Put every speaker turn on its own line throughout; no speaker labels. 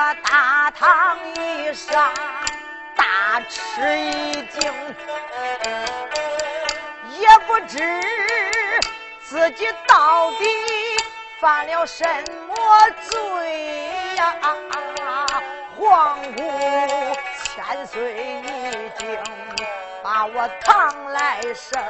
大堂一上，大吃一惊，也不知自己到底犯了什么罪呀！皇姑千岁已经把我堂来生，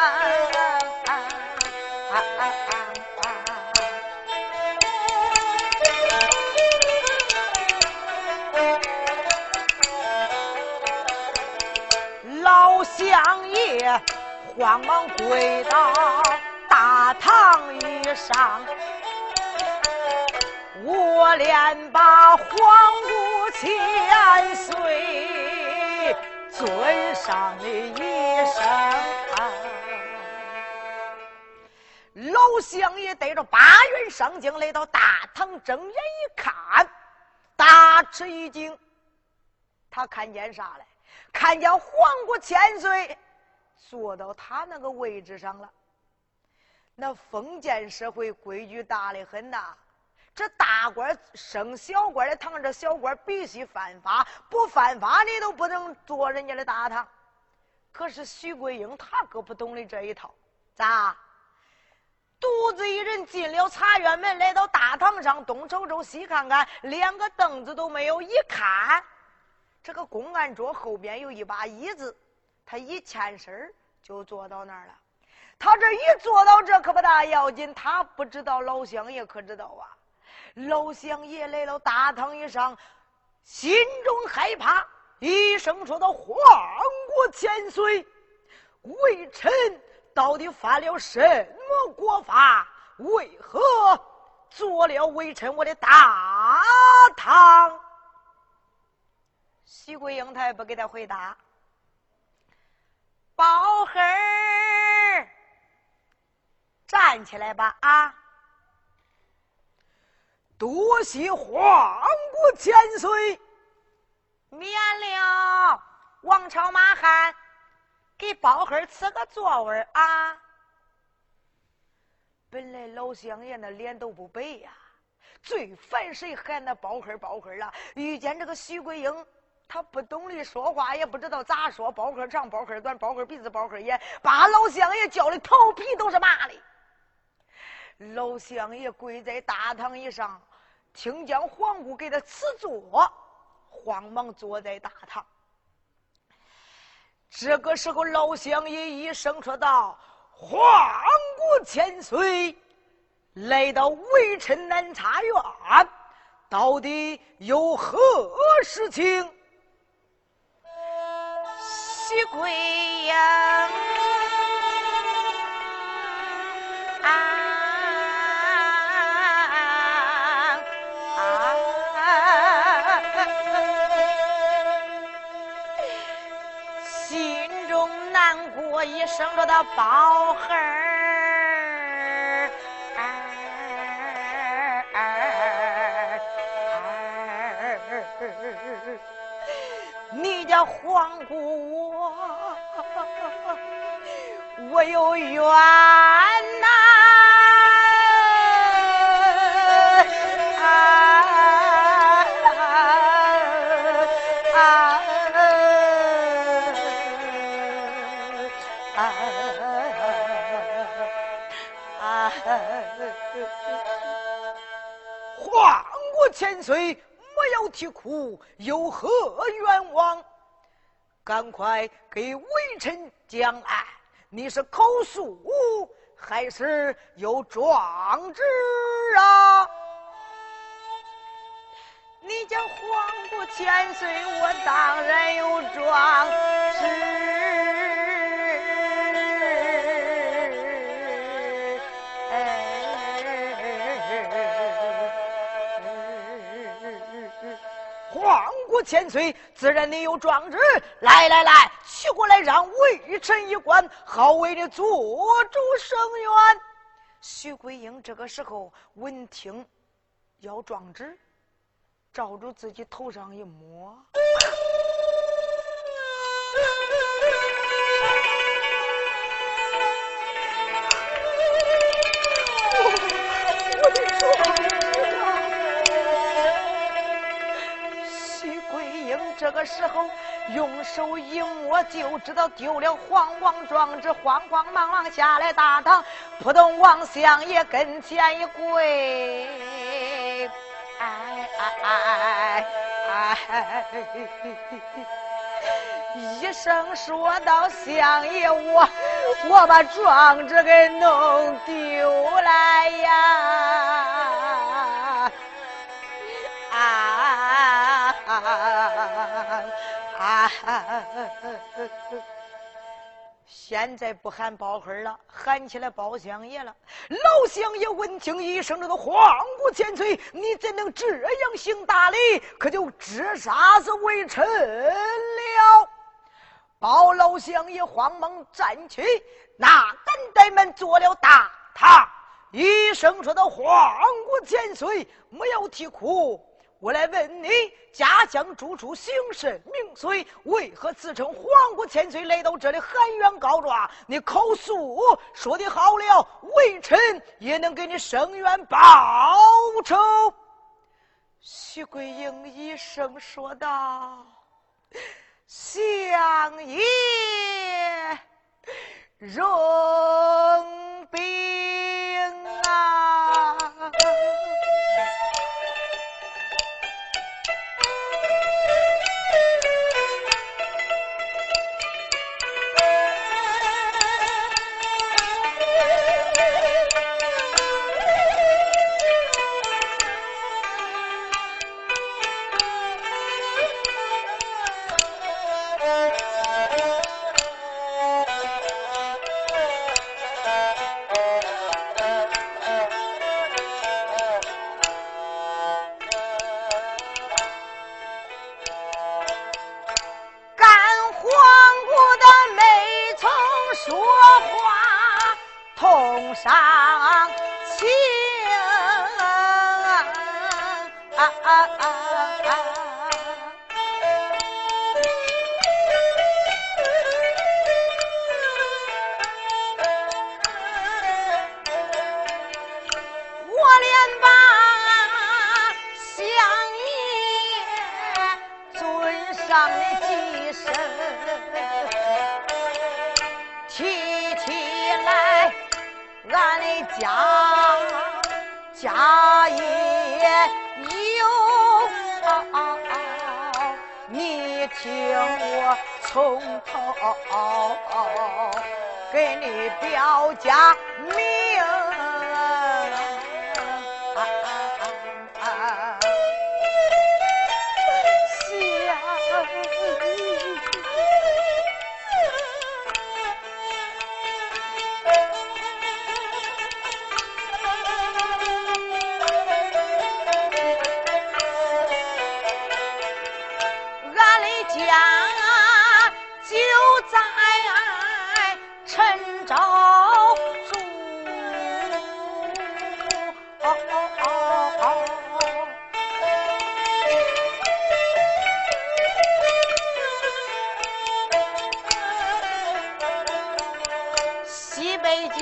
老乡爷慌忙跪到大堂以上，我连把皇姑千岁尊上了一声。老乡爷带着八员上京来到大堂，睁眼一看，大吃一惊。他看见啥来？看见皇姑千岁坐到他那个位置上了。那封建社会规矩大得很呐，这大官升小官的堂，这小官必须犯法，不犯法你都不能坐人家的大堂。可是徐桂英他可不懂得这一套，咋？独自一人进了茶园门，来到大堂上，东瞅瞅西看看，连个凳子都没有。一看这个公案桌后边有一把椅子，他一欠身就坐到那儿了。他这一坐到这可不大要紧，他不知道老乡爷可知道啊。老乡爷来到大堂以上，心中害怕，一声说道：“皇国千岁，微臣到底犯了什么国法？为何做了微臣我的大堂？”徐桂英他也不给他回答。宝孩儿，站起来吧！啊！多谢皇国千岁，免了王朝马汉，给宝孩儿赐个座位啊！本来老乡爷那脸都不白呀，最烦谁喊那宝孩儿宝孩儿了。遇见这个徐桂英，他不懂得说话，也不知道咋说，宝孩儿长宝孩儿短，宝孩儿鼻子宝孩儿眼，把老乡爷叫的头皮都是麻的。老乡爷跪在大堂以上，听见皇姑给他赐座，慌忙坐在大堂。这个时候老乡爷一声说道：“皇国千岁，来到微臣南茶园，到底有何事情？”徐桂英心中难过，一声说道：“宝孩儿，你家皇姑我有冤呐！皇国千岁，莫要啼哭，有何冤枉？赶快给微臣讲案，你是口述还是有状纸啊？你讲皇国千岁，我当然有状纸。皇国千岁，自然你有状纸。来，取过来，让微臣一观，好为你做主声援。徐桂英这个时候闻听要状纸，照住自己头上一摸，我的状纸啊！ 用手一摸就知道丢了慌慌壮志，慌慌忙忙下来大堂，扑通往相爷跟前一跪，一声说道：“相爷，我把壮志给弄丢了呀！现在不喊包黑了，喊起来包相爷了。老相爷闻听一声，这个慌不千岁，你怎能这样行大礼？可就直杀是微臣了。”包老相爷慌忙站起，那等待们做了大堂，一声说道：“皇姑千岁，莫要啼哭。我来问你，家乡住处姓甚名谁？为何自称皇姑千岁来到这里喊冤告状？你口诉说的好了，微臣也能给你伸冤报仇。”徐桂英一声说道：“相爷容禀啊！”上情我连把相爷尊上的几声提起来，俺的家也有，你听我从头给你表家明。西北角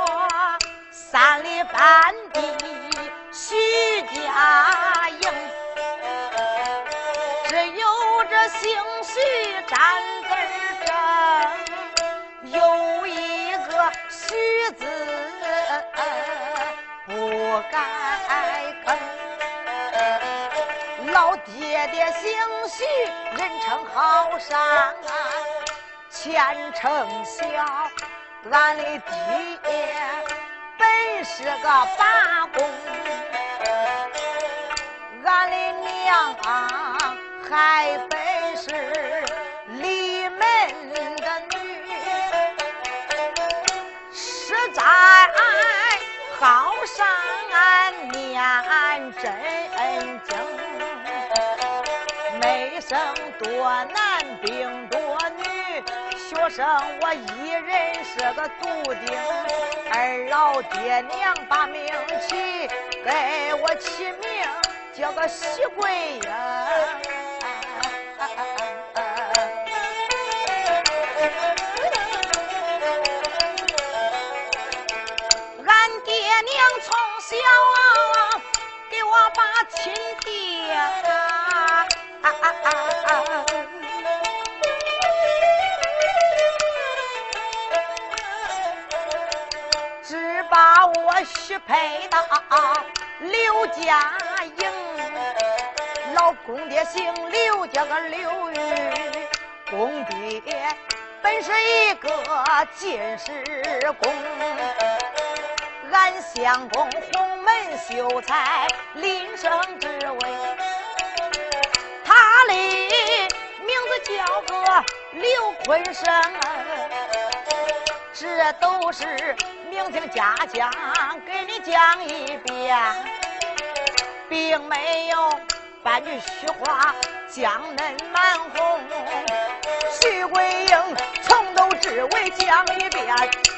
3里半地徐家营，只有这姓徐站字正，有一个徐字不该更。老爹爹姓徐，人称好山，前程小。俺的爹本是个拔工，俺的娘还本是里门的女，实在好上俺念真经，没生多男病多女，学生我一人是个独丁，二老爹娘把名起，给我起名叫个徐桂英。俺爹娘从小给我把亲爹我许配到刘家营，老公爹姓刘，叫个刘玉，公爹本是一个进士公，俺相公鸿门秀才，临升之位，他的名字叫个刘坤生，这都是明星家讲，给你讲一遍，并没有半句虚话，将恁满红。徐桂英从头至尾讲一遍，